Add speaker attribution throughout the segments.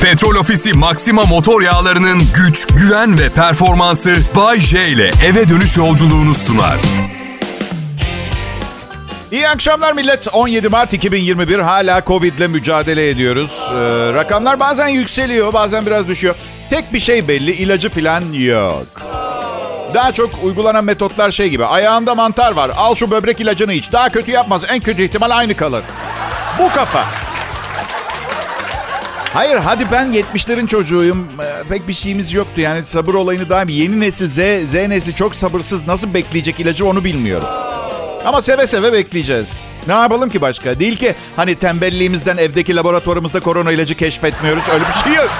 Speaker 1: Petrol Ofisi Maxima motor yağlarının güç, güven ve performansı Bay J ile eve dönüş yolculuğunu sunar.
Speaker 2: İyi akşamlar millet. 17 Mart 2021 hala Covid'le mücadele ediyoruz. Rakamlar bazen yükseliyor, bazen biraz düşüyor. Tek bir şey belli, ilacı falan yok. Daha çok uygulanan metotlar şey gibi. Ayağında mantar var, al şu böbrek ilacını iç. Daha kötü yapmaz, en kötü ihtimal aynı kalır. Bu kafa. Hayır, hadi ben 70'lerin çocuğuyum. Pek bir şeyimiz yoktu. Yani sabır olayını daim. Yeni nesil Z nesli çok sabırsız. Nasıl bekleyecek ilacı onu bilmiyorum. Ama seve seve bekleyeceğiz. Ne yapalım ki başka? Değil ki hani tembelliğimizden evdeki laboratuvarımızda korona ilacı keşfetmiyoruz. Öyle bir şey yok.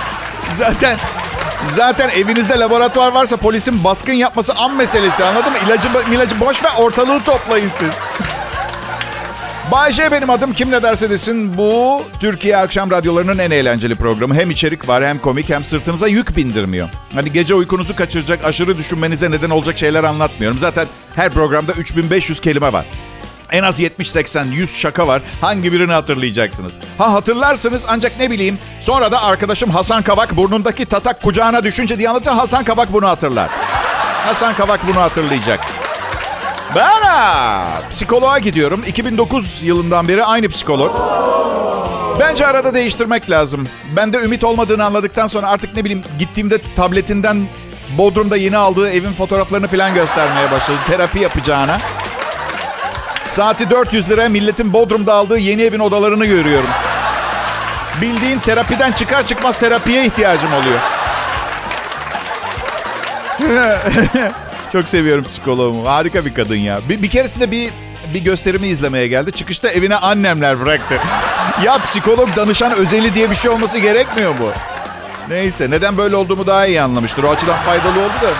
Speaker 2: Zaten evinizde laboratuvar varsa polisin baskın yapması an meselesi, anladın mı? İlacı boş ver, ortalığı toplayın siz. Bay J benim adım. Kim ne derse desin, bu Türkiye akşam radyolarının en eğlenceli programı. Hem içerik var, hem komik, hem sırtınıza yük bindirmiyor. Hani gece uykunuzu kaçıracak, aşırı düşünmenize neden olacak şeyler anlatmıyorum. Zaten her programda 3500 kelime var. En az 70, 80, 100 şaka var. Hangi birini hatırlayacaksınız? Hatırlarsınız, ancak ne bileyim. Sonra da arkadaşım Hasan Kavak burnundaki tatak kucağına düşünce diye anlatınca Hasan Kavak bunu hatırlar. Hasan Kavak bunu hatırlayacak. Ben psikoloğa gidiyorum. 2009 yılından beri aynı psikolog. Bence arada değiştirmek lazım. Bende ümit olmadığını anladıktan sonra artık ne bileyim, gittiğimde tabletinden Bodrum'da yeni aldığı evin fotoğraflarını falan göstermeye başladı. Terapi yapacağına. Saati 400 lira, milletin Bodrum'da aldığı yeni evin odalarını görüyorum. Bildiğin terapiden çıkar çıkmaz terapiye ihtiyacım oluyor. Çok seviyorum psikoloğumu. Harika bir kadın ya. Bir keresinde bir gösterimi izlemeye geldi. Çıkışta evine annemler bıraktı. Ya psikolog danışan özeli diye bir şey olması gerekmiyor mu? Neyse, neden böyle olduğumu daha iyi anlamıştır. O açıdan faydalı oldu da.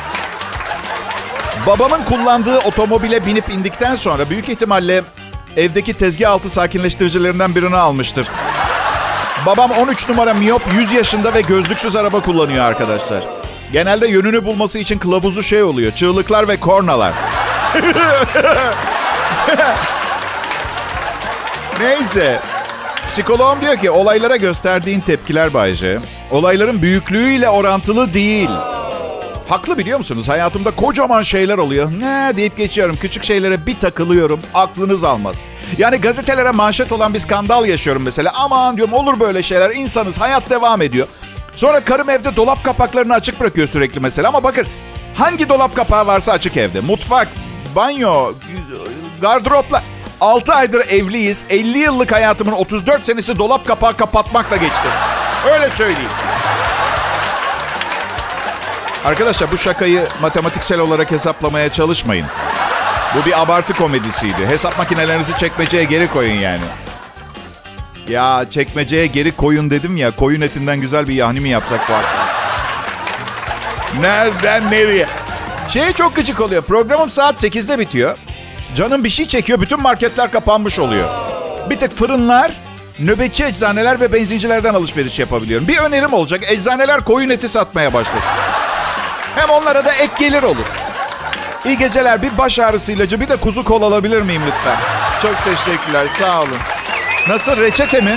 Speaker 2: Babamın kullandığı otomobile binip indikten sonra büyük ihtimalle evdeki tezgah altı sakinleştiricilerinden birini almıştır. Babam 13 numara miyop, 100 yaşında ve gözlüksüz araba kullanıyor arkadaşlar. Genelde yönünü bulması için kılavuzu şey oluyor: çığlıklar ve kornalar. Neyse. Psikoloğum diyor ki olaylara gösterdiğin tepkiler Bay J, olayların büyüklüğüyle orantılı değil. Haklı, biliyor musunuz? Hayatımda kocaman şeyler oluyor. Ne deyip geçiyorum. Küçük şeylere bir takılıyorum. Aklınız almaz. Yani gazetelere manşet olan bir skandal yaşıyorum mesela. Aman diyorum, olur böyle şeyler. İnsanız, hayat devam ediyor. Sonra karım evde dolap kapaklarını açık bırakıyor sürekli mesela. Ama bakın, hangi dolap kapağı varsa açık evde. Mutfak, banyo, gardıropla. 6 aydır evliyiz. 50 yıllık hayatımın 34 senesi dolap kapağı kapatmakla geçti. Öyle söyleyeyim. Arkadaşlar, bu şakayı matematiksel olarak hesaplamaya çalışmayın. Bu bir abartı komedisiydi. Hesap makinelerinizi çekmeceye geri koyun yani. Ya çekmeceye geri koyun dedim ya. Koyun etinden güzel bir yahni mi yapsak bu akşam? Nereden nereye? Çok gıcık oluyor. Programım saat 8'de bitiyor. Canım bir şey çekiyor. Bütün marketler kapanmış oluyor. Bir tek fırınlar, nöbetçi eczaneler ve benzincilerden alışveriş yapabiliyorum. Bir önerim olacak: eczaneler koyun eti satmaya başlasın. Hem onlara da ek gelir olur. İyi geceler. Bir baş ağrısı ilacı, bir de kuzu kol alabilir miyim lütfen? Çok teşekkürler, sağ olun. Nasıl, reçete mi?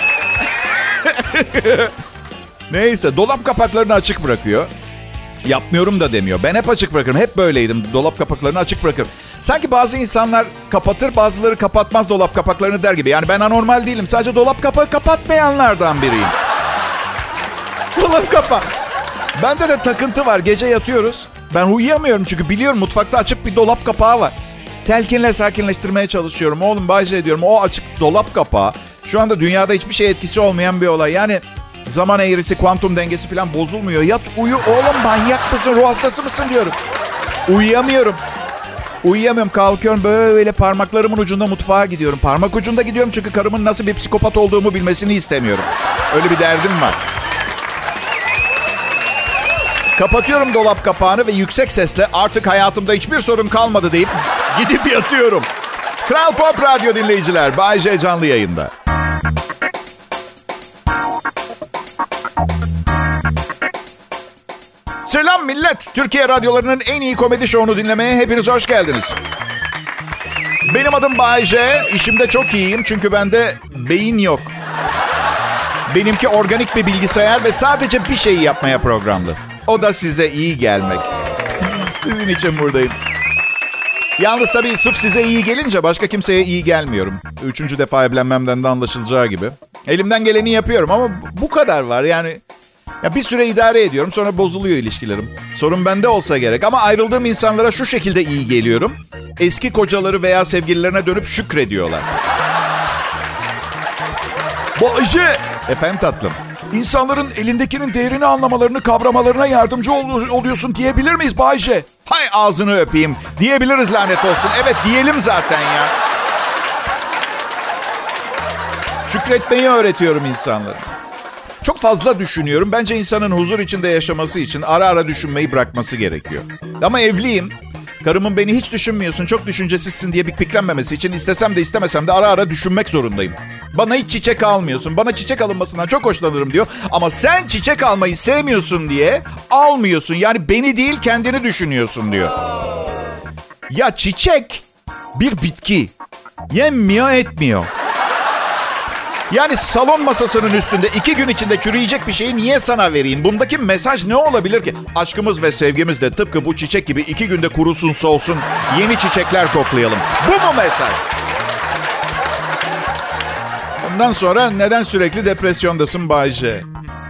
Speaker 2: Neyse, dolap kapaklarını açık bırakıyor. Yapmıyorum da demiyor. Ben hep açık bırakırım. Hep böyleydim. Dolap kapaklarını açık bırakırım. Sanki bazı insanlar kapatır, bazıları kapatmaz dolap kapaklarını der gibi. Yani ben anormal değilim. Sadece dolap kapağı kapatmayanlardan biriyim. Dolap kapağı. Bende de takıntı var. Gece yatıyoruz. Ben uyuyamıyorum çünkü biliyorum mutfakta açık bir dolap kapağı var. Telkinle sakinleştirmeye çalışıyorum. Oğlum Bay J diyorum, o açık dolap kapağı şu anda dünyada hiçbir şey etkisi olmayan bir olay. Yani zaman eğrisi, kuantum dengesi falan bozulmuyor. Yat uyu oğlum, manyak mısın, ruh hastası mısın diyorum. Uyuyamıyorum, kalkıyorum böyle, parmaklarımın ucunda mutfağa gidiyorum. Parmak ucunda gidiyorum çünkü karımın nasıl bir psikopat olduğumu bilmesini istemiyorum. Öyle bir derdim var. Kapatıyorum dolap kapağını ve yüksek sesle artık hayatımda hiçbir sorun kalmadı deyip gidip yatıyorum. Kral Pop Radyo dinleyiciler, Bay J canlı yayında. Selam millet. Türkiye radyolarının en iyi komedi şovunu dinlemeye hepiniz hoş geldiniz. Benim adım Bay J. İşimde çok iyiyim çünkü bende beyin yok. Benimki organik bir bilgisayar ve sadece bir şeyi yapmaya programlı. O da size iyi gelmek. Sizin için buradayım. Yalnız tabii sırf size iyi gelince başka kimseye iyi gelmiyorum. 3. defa evlenmemden de anlaşılacağı gibi. Elimden geleni yapıyorum ama bu kadar var yani. Ya bir süre idare ediyorum, sonra bozuluyor ilişkilerim. Sorun bende olsa gerek ama ayrıldığım insanlara şu şekilde iyi geliyorum. Eski kocaları veya sevgililerine dönüp şükrediyorlar.
Speaker 3: Bayce,
Speaker 2: Efendim tatlım.
Speaker 3: insanların elindekinin değerini anlamalarını, kavramalarına yardımcı oluyorsun diyebilir miyiz Bayce?
Speaker 2: Hay ağzını öpeyim. Diyebiliriz lanet olsun. Evet diyelim zaten ya. Şükretmeyi öğretiyorum insanlara. Çok fazla düşünüyorum. Bence insanın huzur içinde yaşaması için ara ara düşünmeyi bırakması gerekiyor. Ama evliyim. Karımın beni hiç düşünmüyorsun, çok düşüncesizsin diye piklenmemesi için istesem de istemesem de ara ara düşünmek zorundayım. Bana hiç çiçek almıyorsun. Bana çiçek alınmasından çok hoşlanırım diyor. Ama sen çiçek almayı sevmiyorsun diye almıyorsun. Yani beni değil kendini düşünüyorsun diyor. Ya çiçek bir bitki. Yenmiyor etmiyor. Yani salon masasının üstünde 2 gün içinde çürüyecek bir şeyi niye sana vereyim? Bundaki mesaj ne olabilir ki? Aşkımız ve sevgimiz de tıpkı bu çiçek gibi 2 günde kurusun solsun. Yeni çiçekler koklayalım. Bu mu mesaj? Ondan sonra neden sürekli depresyondasın Bayce?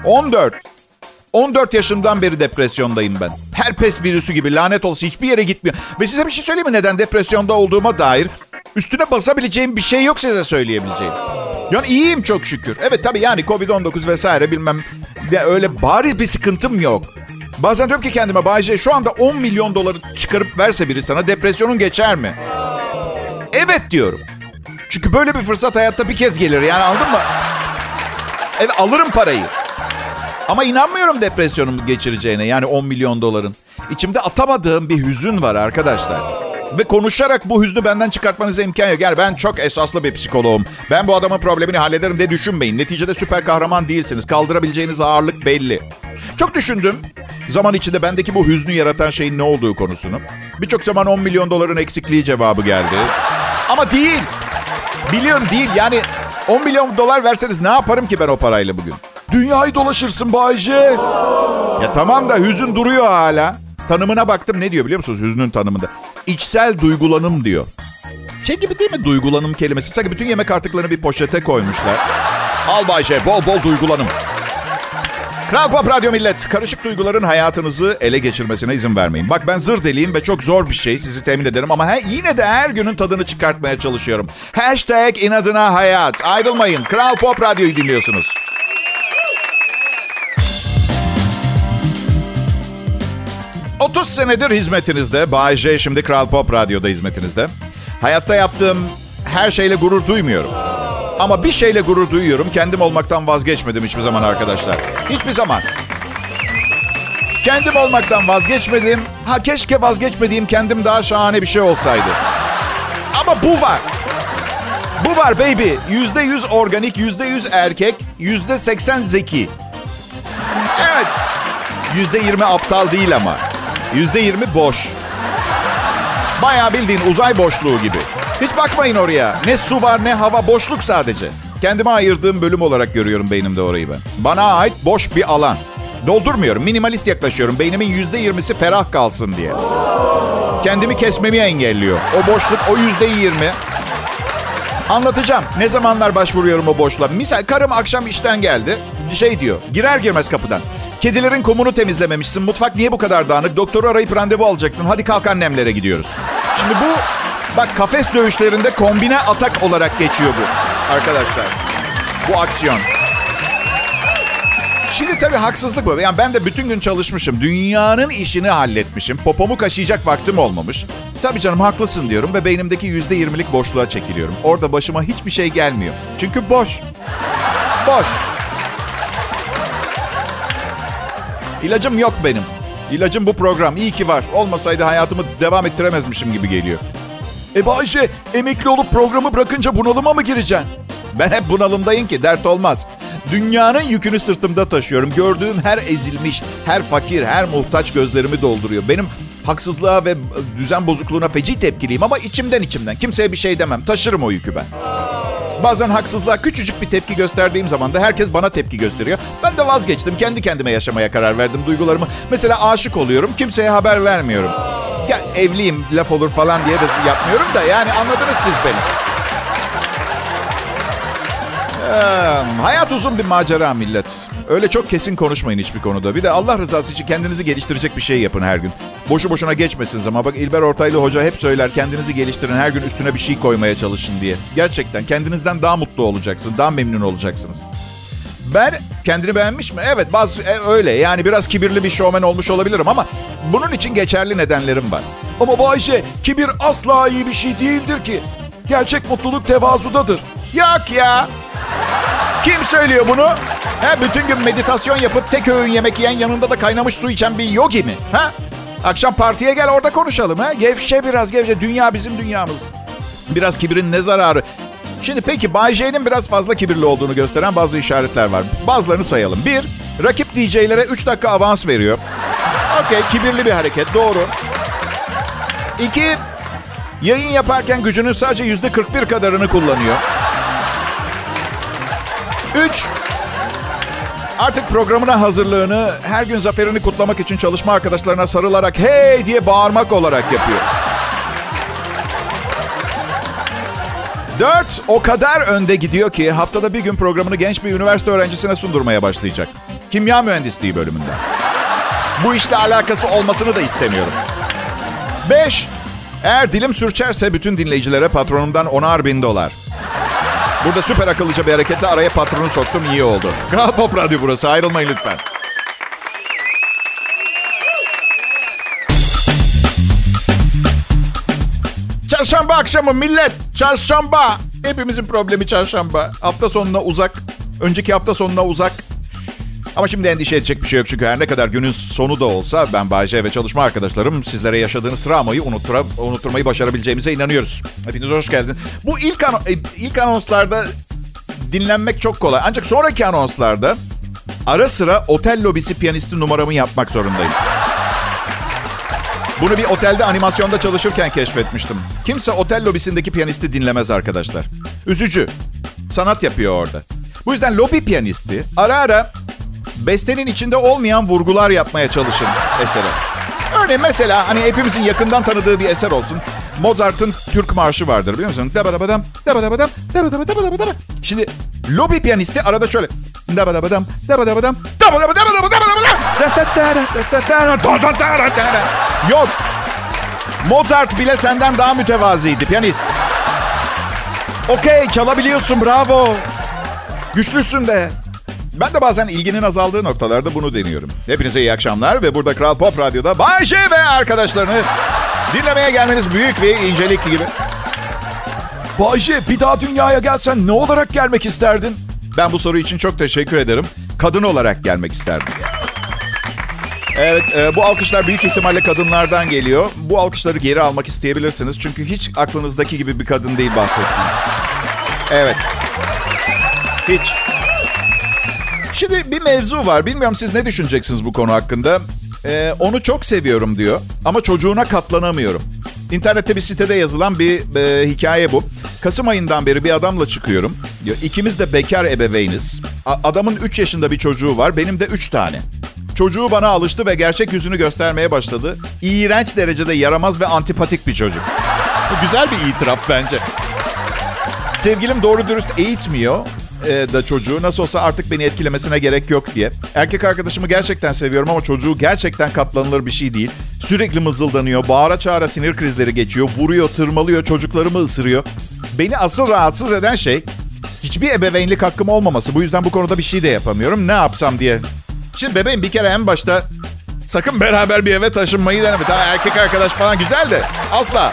Speaker 2: 14 yaşımdan beri depresyondayım ben. Herpes virüsü gibi lanet olsun hiçbir yere gitmiyor. Ve size bir şey söyleyeyim mi neden depresyonda olduğuma dair? Üstüne basabileceğim bir şey yok size söyleyebileceğim. Yani iyiyim çok şükür. Evet tabii yani Covid-19 vesaire bilmem öyle bariz bir sıkıntım yok. Bazen diyorum ki kendime Bayce şu anda 10 milyon doları çıkarıp verse biri sana depresyonun geçer mi? Evet diyorum. Çünkü böyle bir fırsat hayatta bir kez gelir yani anladın mı? Evet alırım parayı. Ama inanmıyorum depresyonumu geçireceğine yani 10 milyon doların. İçimde atamadığım bir hüzün var arkadaşlar. Ve konuşarak bu hüznü benden çıkartmanıza imkan yok. Yani ben çok esaslı bir psikoloğum. Ben bu adamın problemini hallederim diye düşünmeyin. Neticede süper kahraman değilsiniz. Kaldırabileceğiniz ağırlık belli. Çok düşündüm. Zaman içinde bendeki bu hüznü yaratan şeyin ne olduğu konusunu. Birçok zaman 10 milyon doların eksikliği cevabı geldi. Ama değil. Biliyorum değil. Yani 10 milyon dolar verseniz ne yaparım ki ben o parayla bugün?
Speaker 3: Dünyayı dolaşırsın Bayce.
Speaker 2: Ya tamam da hüzün duruyor hala. Tanımına baktım ne diyor biliyor musunuz hüznün tanımında? İçsel duygulanım diyor. Şey gibi değil mi duygulanım kelimesi? Sanki bütün yemek artıklarını bir poşete koymuşlar. Al Bayce bol bol duygulanım. Kral Pop Radyo millet. Karışık duyguların hayatınızı ele geçirmesine izin vermeyin. Bak ben zır deliyim ve çok zor bir şey sizi temin ederim. Ama yine de her günün tadını çıkartmaya çalışıyorum. Hashtag inadına hayat. Ayrılmayın. Kral Pop Radyo'yu dinliyorsunuz. ...30 senedir hizmetinizde. Bay J şimdi Kral Pop Radyo'da hizmetinizde. Hayatta yaptığım her şeyle gurur duymuyorum. Ama bir şeyle gurur duyuyorum. Kendim olmaktan vazgeçmedim hiçbir zaman arkadaşlar. Hiçbir zaman. Kendim olmaktan vazgeçmedim. Keşke vazgeçmediğim kendim daha şahane bir şey olsaydı. Ama bu var. Bu var baby. %100 organik, %100 erkek, %80 zeki. Evet. %20 aptal değil ama. %20 boş. Bayağı bildiğin uzay boşluğu gibi. Hiç bakmayın oraya. Ne su var ne hava, boşluk sadece. Kendime ayırdığım bölüm olarak görüyorum beynimde orayı ben. Bana ait boş bir alan. Doldurmuyorum, minimalist yaklaşıyorum. Beynimin %20'si ferah kalsın diye. Kendimi kesmemi engelliyor. O boşluk, o %20. Anlatacağım. Ne zamanlar başvuruyorum o boşluğa. Misal karım akşam işten geldi. Şey diyor, girer girmez kapıdan. Kedilerin kumunu temizlememişsin. Mutfak niye bu kadar dağınık? Doktoru arayıp randevu alacaktın. Hadi kalk annemlere gidiyoruz. Şimdi bu bak kafes dövüşlerinde kombine atak olarak geçiyor bu arkadaşlar. Bu aksiyon. Şimdi tabii haksızlık bu. Yani ben de bütün gün çalışmışım. Dünyanın işini halletmişim. Popomu kaşıyacak vaktim olmamış. Tabii canım haklısın diyorum ve beynimdeki %20'lik boşluğa çekiliyorum. Orada başıma hiçbir şey gelmiyor. Çünkü boş. Boş. İlacım yok benim. İlacım bu program. İyi ki var. Olmasaydı hayatımı devam ettiremezmişim gibi geliyor.
Speaker 3: Bayce, emekli olup programı bırakınca bunalıma mı gireceksin?
Speaker 2: Ben hep bunalımdayım ki dert olmaz. Dünyanın yükünü sırtımda taşıyorum. Gördüğüm her ezilmiş, her fakir, her muhtaç gözlerimi dolduruyor. Benim haksızlığa ve düzen bozukluğuna feci tepkiliyim ama içimden. Kimseye bir şey demem. Taşırım o yükü ben. Bazen haksızlığa küçücük bir tepki gösterdiğim zaman da herkes bana tepki gösteriyor. Ben de vazgeçtim. Kendi kendime yaşamaya karar verdim duygularımı. Mesela aşık oluyorum. Kimseye haber vermiyorum. Ya evliyim laf olur falan diye de yapmıyorum da yani anladınız siz beni. Hayat uzun bir macera millet. Öyle çok kesin konuşmayın hiçbir konuda. Bir de Allah rızası için kendinizi geliştirecek bir şey yapın her gün. Boşu boşuna geçmesin ama bak İlber Ortaylı Hoca hep söyler kendinizi geliştirin, her gün üstüne bir şey koymaya çalışın diye. Gerçekten kendinizden daha mutlu olacaksınız, daha memnun olacaksınız. Ben kendini beğenmiş mi? Evet bazı öyle yani biraz kibirli bir şovmen olmuş olabilirim ama bunun için geçerli nedenlerim var.
Speaker 3: Ama Bay J, kibir asla iyi bir şey değildir ki. Gerçek mutluluk tevazudadır.
Speaker 2: Yok ya. Kim söylüyor bunu? Bütün gün meditasyon yapıp tek öğün yemek yiyen yanında da kaynamış su içen bir yogi mi? Akşam partiye gel orada konuşalım. Gevşe biraz gevşe. Dünya bizim dünyamız. Biraz kibrin ne zararı? Şimdi peki Bay J'nin biraz fazla kibirli olduğunu gösteren bazı işaretler var. Bazılarını sayalım. 1. Rakip DJ'lere 3 dakika avans veriyor. Okey, kibirli bir hareket. Doğru. 2. Yayın yaparken gücünün sadece %41 kadarını kullanıyor. 3. Artık programına hazırlığını her gün zaferini kutlamak için çalışma arkadaşlarına sarılarak hey diye bağırmak olarak yapıyor. 4. O kadar önde gidiyor ki haftada bir gün programını genç bir üniversite öğrencisine sundurmaya başlayacak. Kimya mühendisliği bölümünde. Bu işle alakası olmasını da istemiyorum. 5. Eğer dilim sürçerse bütün dinleyicilere patronumdan $10,000. Burada süper akıllıca bir hareketle araya patronu soktum, iyi oldu. Kral Pop Radyo burası, ayrılmayın lütfen. Çarşamba akşamı millet, çarşamba. Hepimizin problemi çarşamba. Hafta sonuna uzak, önceki hafta sonuna uzak. Ama şimdi endişe edecek bir şey yok çünkü her ne kadar günün sonu da olsa ben Bay J ve çalışma arkadaşlarım sizlere yaşadığınız travmayı unutturmayı başarabileceğimize inanıyoruz. Hepiniz hoş geldiniz. Bu ilk anonslarda dinlenmek çok kolay. Ancak sonraki anonslarda ara sıra otel lobisi piyanisti numaramı yapmak zorundayım. Bunu bir otelde animasyonda çalışırken keşfetmiştim. Kimse otel lobisindeki piyanisti dinlemez arkadaşlar. Üzücü. Sanat yapıyor orada. Bu yüzden lobi piyanisti ara ara bestenin içinde olmayan vurgular yapmaya çalışın esere. Örneğin mesela hani hepimizin yakından tanıdığı bir eser olsun. Mozart'ın Türk Marşı vardır biliyor musun? Dabadabadam, dabadabadam, dabadabadam. Şimdi lobi piyanisti arada şöyle dabadabadam, dabadabadam, dabadabadam. Yok. Mozart bile senden daha mütevazıydı piyanist. Okey, çalabiliyorsun, bravo. Güçlüsün de. Ben de bazen ilginin azaldığı noktalarda bunu deniyorum. Hepinize iyi akşamlar ve burada Kral Pop Radyo'da Bay J ve arkadaşlarını dinlemeye gelmeniz büyük bir incelik gibi.
Speaker 3: Bay J, bir daha dünyaya gelsen ne olarak gelmek isterdin?
Speaker 2: Ben bu soru için çok teşekkür ederim. Kadın olarak gelmek isterdim. Evet, bu alkışlar büyük ihtimalle kadınlardan geliyor. Bu alkışları geri almak isteyebilirsiniz. Çünkü hiç aklınızdaki gibi bir kadın değil bahsettiğim. Evet. Hiç. Şimdi bir mevzu var. Bilmiyorum siz ne düşüneceksiniz bu konu hakkında. Onu çok seviyorum diyor. Ama çocuğuna katlanamıyorum. İnternette bir sitede yazılan bir hikaye bu. Kasım ayından beri bir adamla çıkıyorum. Diyor, İkimiz de bekar ebeveyniz. Adamın 3 yaşında bir çocuğu var. Benim de 3 tane. Çocuğu bana alıştı ve gerçek yüzünü göstermeye başladı. İğrenç derecede yaramaz ve antipatik bir çocuk. Bu güzel bir itiraf bence. Sevgilim doğru dürüst eğitmiyor da çocuğu. Nasıl olsa artık beni etkilemesine gerek yok diye. Erkek arkadaşımı gerçekten seviyorum ama çocuğu gerçekten katlanılır bir şey değil. Sürekli mızıldanıyor, bağıra çağıra sinir krizleri geçiyor, vuruyor, tırmalıyor, çocuklarımı ısırıyor. Beni asıl rahatsız eden şey hiçbir ebeveynlik hakkım olmaması. Bu yüzden bu konuda bir şey de yapamıyorum. Ne yapsam diye. Şimdi bebeğim bir kere en başta sakın beraber bir eve taşınmayı deneme. Tamam, erkek arkadaş falan güzel de asla.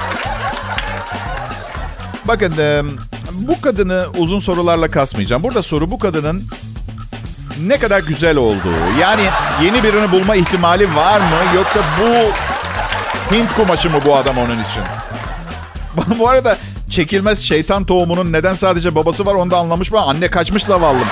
Speaker 2: Bakın bu kadını uzun sorularla kasmayacağım. Burada soru bu kadının ne kadar güzel olduğu. Yani yeni birini bulma ihtimali var mı? Yoksa bu Hint kumaşı mı bu adam onun için? Bu arada çekilmez şeytan tohumunun neden sadece babası var onu da anlamış mı? Anne kaçmış zavallım.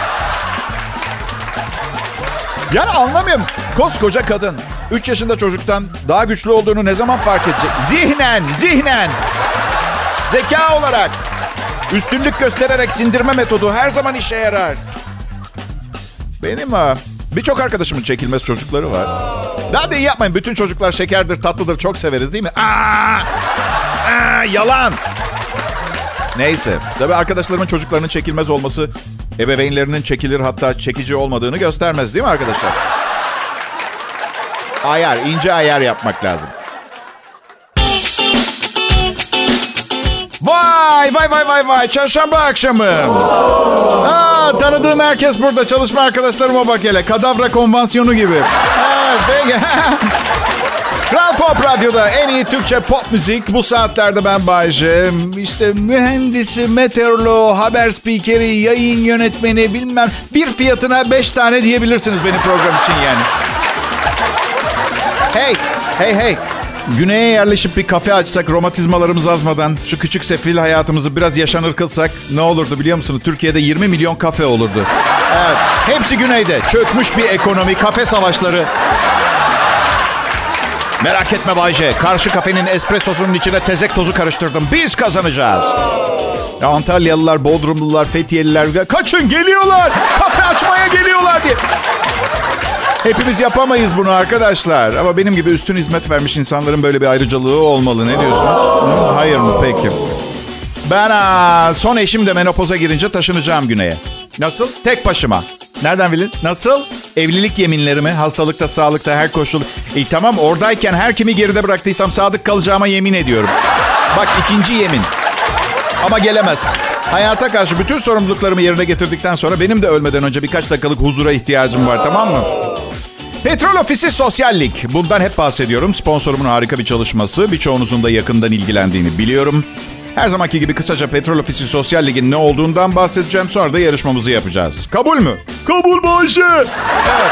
Speaker 2: Yani anlamıyorum. Koskoca kadın 3 yaşında çocuktan daha güçlü olduğunu ne zaman fark edecek? Zihnen. Zeka olarak. Üstünlük göstererek sindirme metodu her zaman işe yarar. Benim birçok arkadaşımın çekilmez çocukları var. Daha da iyi yapmayın. Bütün çocuklar şekerdir, tatlıdır. Çok severiz değil mi? Yalan. Neyse. Tabii arkadaşlarımın çocuklarının çekilmez olması ebeveynlerinin çekilir hatta çekici olmadığını göstermez değil mi arkadaşlar? Ayar, ince ayar yapmak lazım. Vay. Çarşamba akşamı. Tanıdığım herkes burada. Çalışma arkadaşlarıma bak hele. Kadavra konvansiyonu gibi. Evet, peki. Kral Pop Radyo'da en iyi Türkçe pop müzik. Bu saatlerde ben Bay J. İşte mühendisi, meteoroloğu, haber spikeri, yayın yönetmeni bilmem. Bir fiyatına 5 tane diyebilirsiniz benim program için yani. Hey. Güney'e yerleşip bir kafe açsak, romatizmalarımız azmadan, şu küçük sefil hayatımızı biraz yaşanır kılsak ne olurdu biliyor musunuz? Türkiye'de 20 milyon kafe olurdu. Evet, hepsi Güney'de. Çökmüş bir ekonomi, kafe savaşları. Merak etme Bay J. Karşı kafenin espressosunun içine tezek tozu karıştırdım. Biz kazanacağız. Ya Antalyalılar, Bodrumlular, Fethiyeliler kaçın geliyorlar. Kafe açmaya geliyorlar diye. Hepimiz yapamayız bunu arkadaşlar. Ama benim gibi üstün hizmet vermiş insanların böyle bir ayrıcalığı olmalı. Ne diyorsunuz? Hayır mı? Peki. Ben son eşim de menopoza girince taşınacağım Güney'e. Nasıl? Tek başıma. Nereden bilin? Nasıl? Evlilik yeminlerimi hastalıkta, sağlıkta, her koşul. Tamam oradayken her kimi geride bıraktıysam sadık kalacağıma yemin ediyorum. Bak ikinci yemin. Ama gelemez. Hayata karşı bütün sorumluluklarımı yerine getirdikten sonra benim de ölmeden önce birkaç dakikalık huzura ihtiyacım var, tamam mı? Petrol Ofisi Sosyallik. Bundan hep bahsediyorum. Sponsorumun harika bir çalışması. Birçoğunuzun da yakından ilgilendiğini biliyorum. Her zamanki gibi kısaca Petrol Ofisi Sosyallik'in ne olduğundan bahsedeceğim. Sonra da yarışmamızı yapacağız. Kabul mü? Kabul Bayşe. Evet.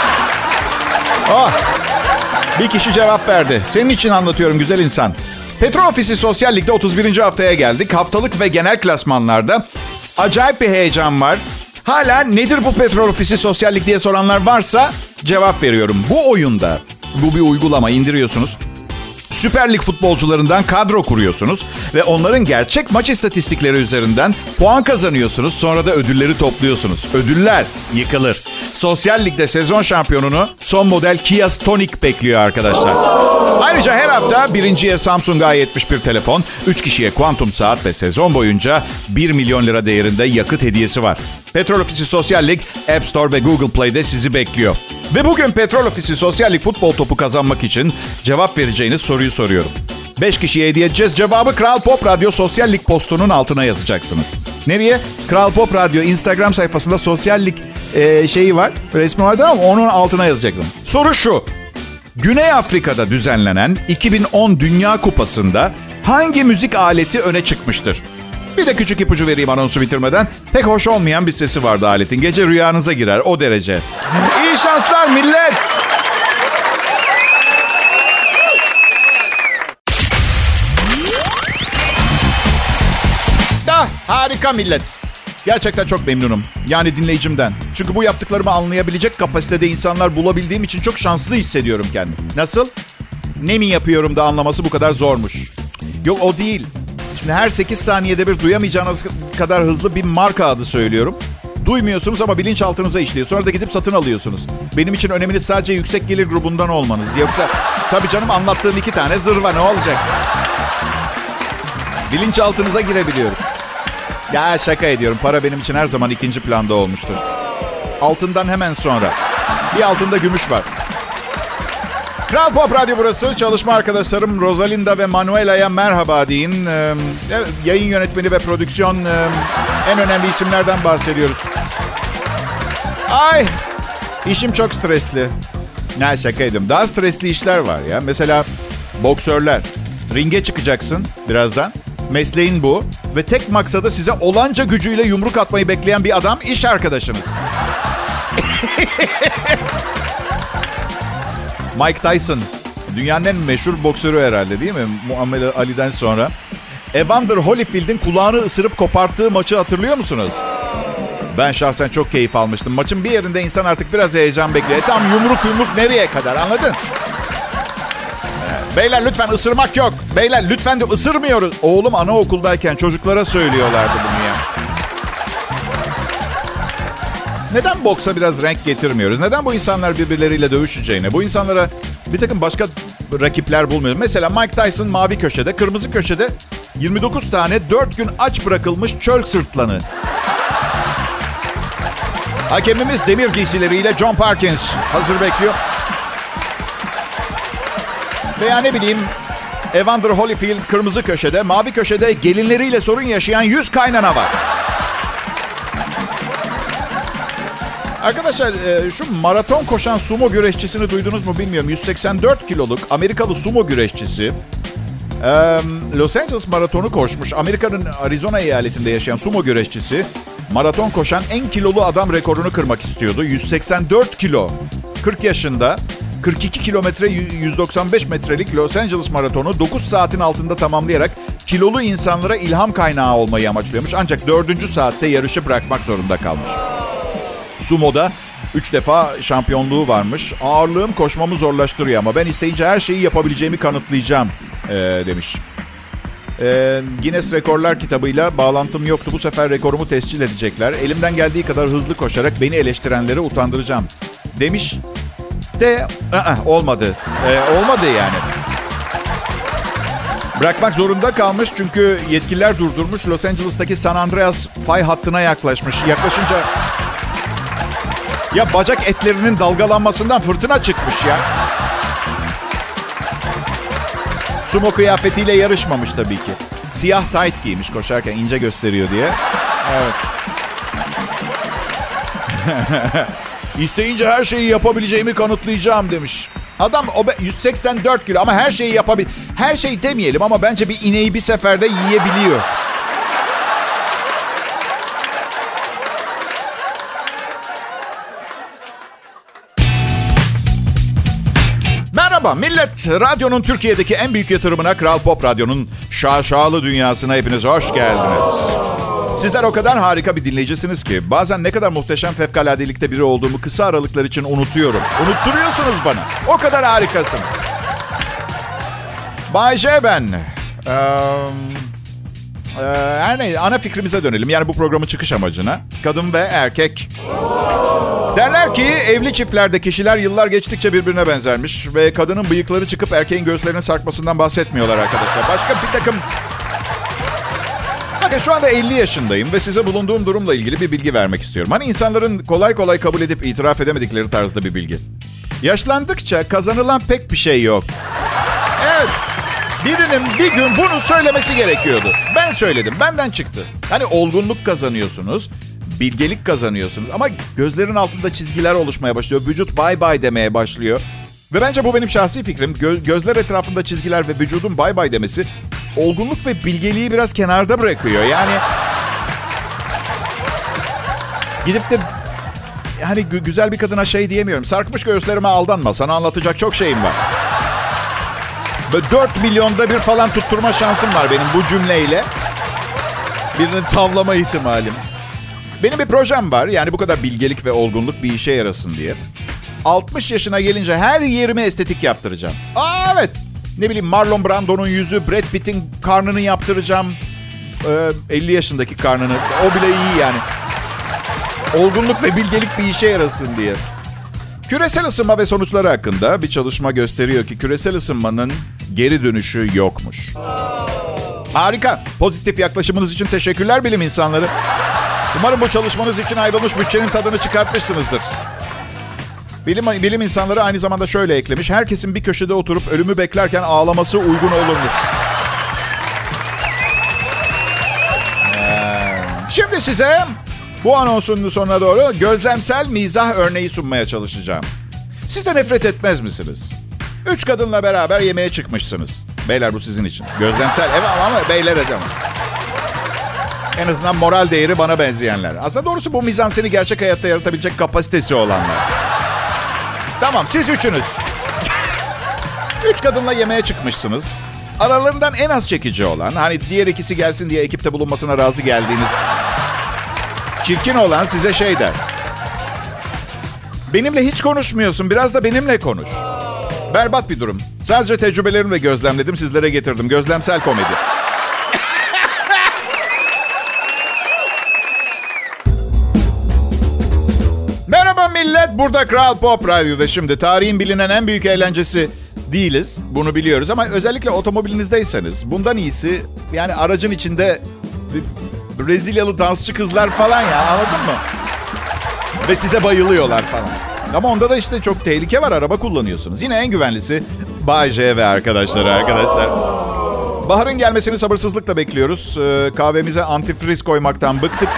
Speaker 2: Bir kişi cevap verdi. Senin için anlatıyorum güzel insan. Petrol Ofisi Sosyallik'te 31. haftaya geldik. Haftalık ve genel klasmanlarda acayip bir heyecan var. Hala nedir bu Petrol Ofisi Sosyallik diye soranlar varsa cevap veriyorum. Bu oyunda, bu bir uygulama, indiriyorsunuz. Süper Lig futbolcularından kadro kuruyorsunuz ve onların gerçek maç istatistikleri üzerinden puan kazanıyorsunuz. Sonra da ödülleri topluyorsunuz. Ödüller yıkılır. Sosyal Lig'de sezon şampiyonunu son model Kia Stonic bekliyor arkadaşlar. Ayrıca her hafta birinciye Samsung A71 telefon, 3 kişiye kuantum saat ve sezon boyunca 1 milyon lira değerinde yakıt hediyesi var. Petrol Ofisi Sosyal Lig, App Store ve Google Play'de sizi bekliyor. Ve bugün Petrol Ofisi Sosyal Lig futbol topu kazanmak için cevap vereceğiniz soruyu soruyorum. 5 kişiye hediye edeceğiz. Cevabı Kral Pop Radyo Sosyal Lig postunun altına yazacaksınız. Nereye? Kral Pop Radyo Instagram sayfasında Sosyal Lig şeyi var. Resmi var ama onun altına yazacaktım. Soru şu. Güney Afrika'da düzenlenen 2010 Dünya Kupası'nda hangi müzik aleti öne çıkmıştır? Bir de küçük ipucu vereyim anonsu bitirmeden. Pek hoş olmayan bir sesi vardı aletin. Gece rüyanıza girer o derece. İyi şanslar millet. Harika millet. Gerçekten çok memnunum. Yani dinleyicimden. Çünkü bu yaptıklarımı anlayabilecek kapasitede insanlar bulabildiğim için çok şanslı hissediyorum kendimi. Nasıl? Ne mi yapıyorum da anlaması bu kadar zormuş. Yok o değil. Şimdi her 8 saniyede bir duyamayacağınız kadar hızlı bir marka adı söylüyorum. Duymuyorsunuz ama bilinçaltınıza işliyor. Sonra da gidip satın alıyorsunuz. Benim için önemli sadece yüksek gelir grubundan olmanız. Yoksa tabii canım anlattığım 2 tane zırva ne olacak? Bilinçaltınıza girebiliyorum. Ya şaka ediyorum. Para benim için her zaman ikinci planda olmuştur. Altından hemen sonra. Bir altında gümüş var. Kral Pop Radyo burası. Çalışma arkadaşlarım Rosalinda ve Manuela'ya merhaba deyin. Yayın yönetmeni ve prodüksiyon en önemli isimlerden bahsediyoruz. Ay! İşim çok stresli. Ne şaka ediyorum. Daha stresli işler var ya. Mesela boksörler. Ringe çıkacaksın birazdan. Mesleğin bu. Ve tek maksadı size olanca gücüyle yumruk atmayı bekleyen bir adam iş arkadaşınız. Mike Tyson. Dünyanın en meşhur boksörü herhalde değil mi? Muhammed Ali'den sonra. Evander Holyfield'in kulağını ısırıp koparttığı maçı hatırlıyor musunuz? Ben şahsen çok keyif almıştım. Maçın bir yerinde insan artık biraz heyecan bekliyor. Tam yumruk nereye kadar anladın? Beyler lütfen ısırmak yok. Beyler lütfen de ısırmıyoruz. Oğlum anaokuldayken çocuklara söylüyorlardı bunu ya. Neden boksa biraz renk getirmiyoruz? Neden bu insanlar birbirleriyle dövüşeceğine, bu insanlara bir takım başka rakipler bulmuyoruz? Mesela Mike Tyson mavi köşede, kırmızı köşede 29 tane 4 gün aç bırakılmış çöl sırtlanı. Hakemimiz demir giysileriyle John Parkins hazır bekliyor. Veya ne bileyim Evander Holyfield kırmızı köşede, mavi köşede gelinleriyle sorun yaşayan 100 kaynana var. Arkadaşlar şu maraton koşan sumo güreşçisini duydunuz mu bilmiyorum. 184 kiloluk Amerikalı sumo güreşçisi Los Angeles maratonu koşmuş. Amerika'nın Arizona eyaletinde yaşayan sumo güreşçisi maraton koşan en kilolu adam rekorunu kırmak istiyordu. 184 kilo. 40 yaşında 42 kilometre 195 metrelik Los Angeles maratonu 9 saatin altında tamamlayarak kilolu insanlara ilham kaynağı olmayı amaçlıyormuş. Ancak 4. saatte yarışı bırakmak zorunda kalmış. Sumo'da 3 defa şampiyonluğu varmış. Ağırlığım koşmamı zorlaştırıyor ama ben isteyince her şeyi yapabileceğimi kanıtlayacağım demiş. Guinness Rekorlar kitabıyla bağlantım yoktu. Bu sefer rekorumu tescil edecekler. Elimden geldiği kadar hızlı koşarak beni eleştirenleri utandıracağım demiş. De olmadı. Olmadı yani. Bırakmak zorunda kalmış çünkü yetkililer durdurmuş. Los Angeles'taki San Andreas fay hattına yaklaşmış. Yaklaşınca ya bacak etlerinin dalgalanmasından fırtına çıkmış ya. Sumo kıyafetiyle yarışmamış tabii ki. Siyah tight giymiş koşarken ince gösteriyor diye. Evet. İsteyince her şeyi yapabileceğimi kanıtlayacağım demiş. Adam 184 kilo ama her şeyi yapabilir. Her şey demeyelim ama bence bir ineği bir seferde yiyebiliyor. Merhaba millet. Radyonun Türkiye'deki en büyük yatırımına Kral Pop Radyo'nun şaşalı dünyasına hepiniz hoş geldiniz. Sizler o kadar harika bir dinleyicisiniz ki bazen ne kadar muhteşem fevkaladelikte biri olduğumu kısa aralıklar için unutuyorum. Unutturuyorsunuz bana. O kadar harikasınız. Bay J ben. Her neyse ana fikrimize dönelim. Yani bu programın çıkış amacına. Kadın ve erkek. Derler ki evli çiftlerde kişiler yıllar geçtikçe birbirine benzermiş. Ve kadının bıyıkları çıkıp erkeğin göğüslerinin sarkmasından bahsetmiyorlar arkadaşlar. Başka bir takım... Bakın şu anda 50 yaşındayım ve size bulunduğum durumla ilgili bir bilgi vermek istiyorum. Hani insanların kolay kolay kabul edip itiraf edemedikleri tarzda bir bilgi. Yaşlandıkça kazanılan pek bir şey yok. Evet. Birinin bir gün bunu söylemesi gerekiyordu. Ben söyledim. Benden çıktı. Hani olgunluk kazanıyorsunuz. Bilgelik kazanıyorsunuz. Ama gözlerin altında çizgiler oluşmaya başlıyor. Vücut bay bay demeye başlıyor. Ve bence bu benim şahsi fikrim. Gözler etrafında çizgiler ve vücudun bay bay demesi olgunluk ve bilgeliği biraz kenarda bırakıyor. Yani gidip de hani güzel bir kadına şey diyemiyorum. Sarkmış göğüslerime aldanma. Sana anlatacak çok şeyim var. Böyle 4 milyonda bir falan tutturma şansım var benim bu cümleyle. Birini tavlama ihtimalim. Benim bir projem var. Yani bu kadar bilgelik ve olgunluk bir işe yarasın diye. 60 yaşına gelince her yerime estetik yaptıracağım. Evet. Ne bileyim Marlon Brando'nun yüzü, Brad Pitt'in karnını yaptıracağım. 50 yaşındaki karnını. O bile iyi yani. Olgunluk ve bilgelik bir işe yarasın diye. Küresel ısınma ve sonuçları hakkında bir çalışma gösteriyor ki küresel ısınmanın geri dönüşü yokmuş. Harika. Pozitif yaklaşımınız için teşekkürler bilim insanları. Umarım bu çalışmanız için ayrılmış bütçenin tadını çıkartmışsınızdır. Bilim insanları aynı zamanda şöyle eklemiş. Herkesin bir köşede oturup ölümü beklerken ağlaması uygun olurmuş. Şimdi size bu anonsun sonuna doğru gözlemsel mizah örneği sunmaya çalışacağım. Siz de nefret etmez misiniz? 3 kadınla beraber yemeğe çıkmışsınız. Beyler bu sizin için. Gözlemsel evet ama beyler edemem. En azından moral değeri bana benzeyenler. Aslında doğrusu bu mizanseni gerçek hayatta yaratabilecek kapasitesi olanlar. Tamam siz üçünüz. 3 kadınla yemeğe çıkmışsınız. Aralarından en az çekici olan, hani diğer ikisi gelsin diye ekipte bulunmasına razı geldiğiniz çirkin olan size şey der. Benimle hiç konuşmuyorsun, biraz da benimle konuş. Berbat bir durum. Sadece tecrübelerimle gözlemledim, sizlere getirdim. Gözlemsel komedi. Merhaba millet, burada Kral Pop Radyo'da şimdi. Tarihin bilinen en büyük eğlencesi değiliz, bunu biliyoruz. Ama özellikle otomobilinizdeyseniz bundan iyisi, yani aracın içinde Brezilyalı dansçı kızlar falan ya, anladın mı? Ve size bayılıyorlar falan. Ama onda da işte çok tehlike var, araba kullanıyorsunuz. Yine en güvenlisi Bay J ve arkadaşlar. Baharın gelmesini sabırsızlıkla bekliyoruz. Kahvemize antifriz koymaktan bıktık.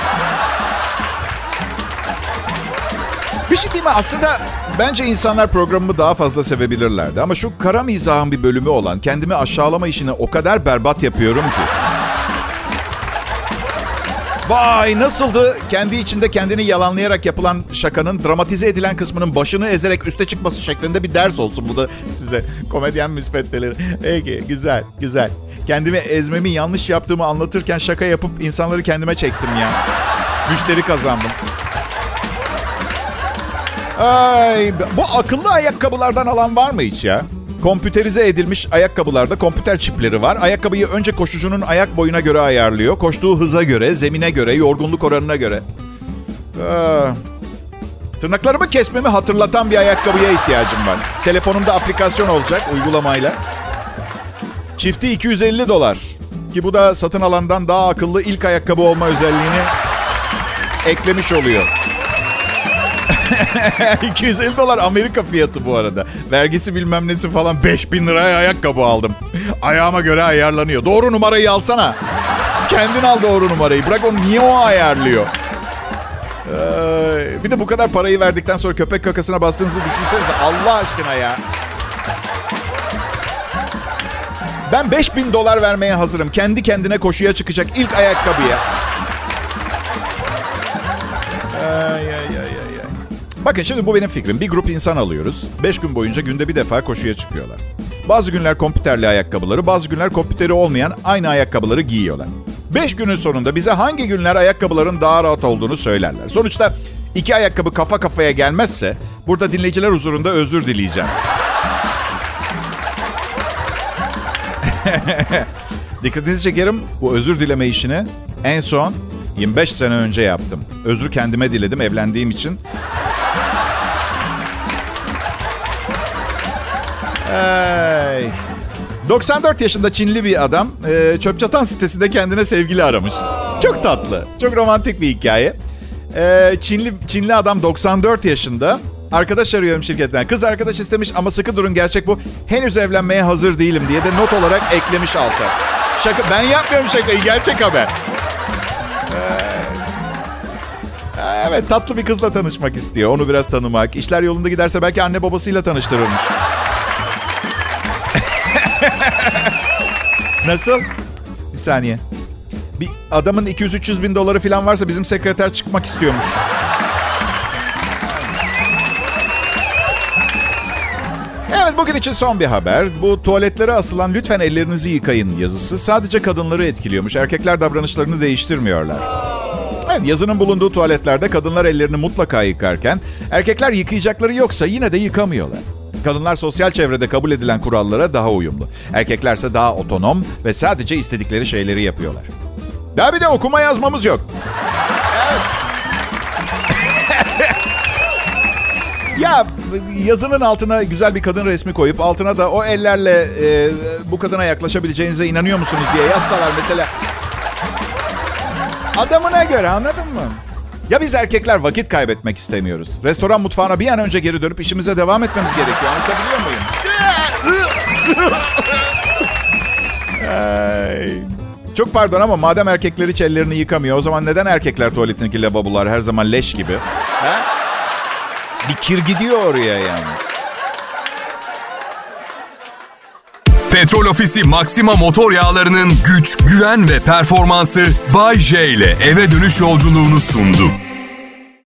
Speaker 2: Bir şey diyeyim mi? Aslında bence insanlar programımı daha fazla sevebilirlerdi. Ama şu kara mizahın bir bölümü olan kendimi aşağılama işini o kadar berbat yapıyorum ki. Vay nasıldı? Kendi içinde kendini yalanlayarak yapılan şakanın dramatize edilen kısmının başını ezerek üste çıkması şeklinde bir ders olsun bu da size. Komedyen müsveddeleri. Peki, güzel. Kendimi ezmemi, yanlış yaptığımı anlatırken şaka yapıp insanları kendime çektim ya. Müşteri kazandım. Ay, bu akıllı ayakkabılardan alan var mı hiç ya? Kompüterize edilmiş ayakkabılarda kompüter çipleri var. Ayakkabıyı önce koşucunun ayak boyuna göre ayarlıyor. Koştuğu hıza göre, zemine göre, yorgunluk oranına göre. Tırnaklarımı kesmemi hatırlatan bir ayakkabıya ihtiyacım var. Telefonumda aplikasyon olacak uygulamayla. Çifti $250. Ki bu da satın alandan daha akıllı ilk ayakkabı olma özelliğini eklemiş oluyor. $250 Amerika fiyatı bu arada. Vergisi bilmem nesi falan 5.000 liraya ayakkabı aldım. Ayağıma göre ayarlanıyor. Doğru numarayı alsana. Kendin al doğru numarayı. Bırak onu, niye o ayarlıyor? Bir de bu kadar parayı verdikten sonra köpek kakasına bastığınızı düşünsenize. Allah aşkına ya. Ben $5.000 vermeye hazırım. Kendi kendine koşuya çıkacak ilk ayakkabıya. Bakın şimdi bu benim fikrim. Bir grup insan alıyoruz. 5 gün boyunca günde bir defa koşuya çıkıyorlar. Bazı günler kompüterli ayakkabıları, bazı günler kompüteri olmayan aynı ayakkabıları giyiyorlar. 5 günün sonunda bize hangi günler ayakkabıların daha rahat olduğunu söylerler. Sonuçta 2 ayakkabı kafa kafaya gelmezse burada dinleyiciler huzurunda özür dileyeceğim. Dikkatinizi çekerim, bu özür dileme işini en son 25 sene önce yaptım. Özrü kendime diledim evlendiğim için. 94 yaşında Çinli bir adam çöp çatan sitesinde kendine sevgili aramış. Çok tatlı, çok romantik bir hikaye. Çinli adam 94 yaşında. Arkadaş arıyorum şirketten. Kız arkadaş istemiş ama sıkı durun, gerçek bu. Henüz evlenmeye hazır değilim diye de not olarak eklemiş alta. Şaka, ben yapmıyorum şakayı, gerçek haber. Evet, tatlı bir kızla tanışmak istiyor. Onu biraz tanımak. İşler yolunda giderse belki anne babasıyla tanıştırılmış. Nasıl? Bir saniye. Bir adamın $200-300 bin falan varsa bizim sekreter çıkmak istiyormuş. Evet, bugün için son bir haber. Bu tuvaletlere asılan "lütfen ellerinizi yıkayın" yazısı sadece kadınları etkiliyormuş. Erkekler davranışlarını değiştirmiyorlar. Evet, yazının bulunduğu tuvaletlerde kadınlar ellerini mutlaka yıkarken erkekler yıkayacakları yoksa yine de yıkamıyorlar. Kadınlar sosyal çevrede kabul edilen kurallara daha uyumlu. Erkeklerse daha otonom ve sadece istedikleri şeyleri yapıyorlar. Daha bir de okuma yazmamız yok. Evet. Ya yazının altına güzel bir kadın resmi koyup altına da o ellerle bu kadına yaklaşabileceğinize inanıyor musunuz diye yazsalar mesela. Adamına göre, anladın mı? Ya biz erkekler vakit kaybetmek istemiyoruz. Restoran mutfağına bir an önce geri dönüp işimize devam etmemiz gerekiyor. Anlatabiliyor muyum? Çok pardon ama madem erkekler hiç ellerini yıkamıyor, o zaman neden erkekler tuvaletindeki lavabolar her zaman leş gibi? Ha? Bir kir gidiyor oraya yani.
Speaker 1: Petrol Ofisi Maxima motor yağlarının güç, güven ve performansı Bay J ile eve dönüş yolculuğunu sundu.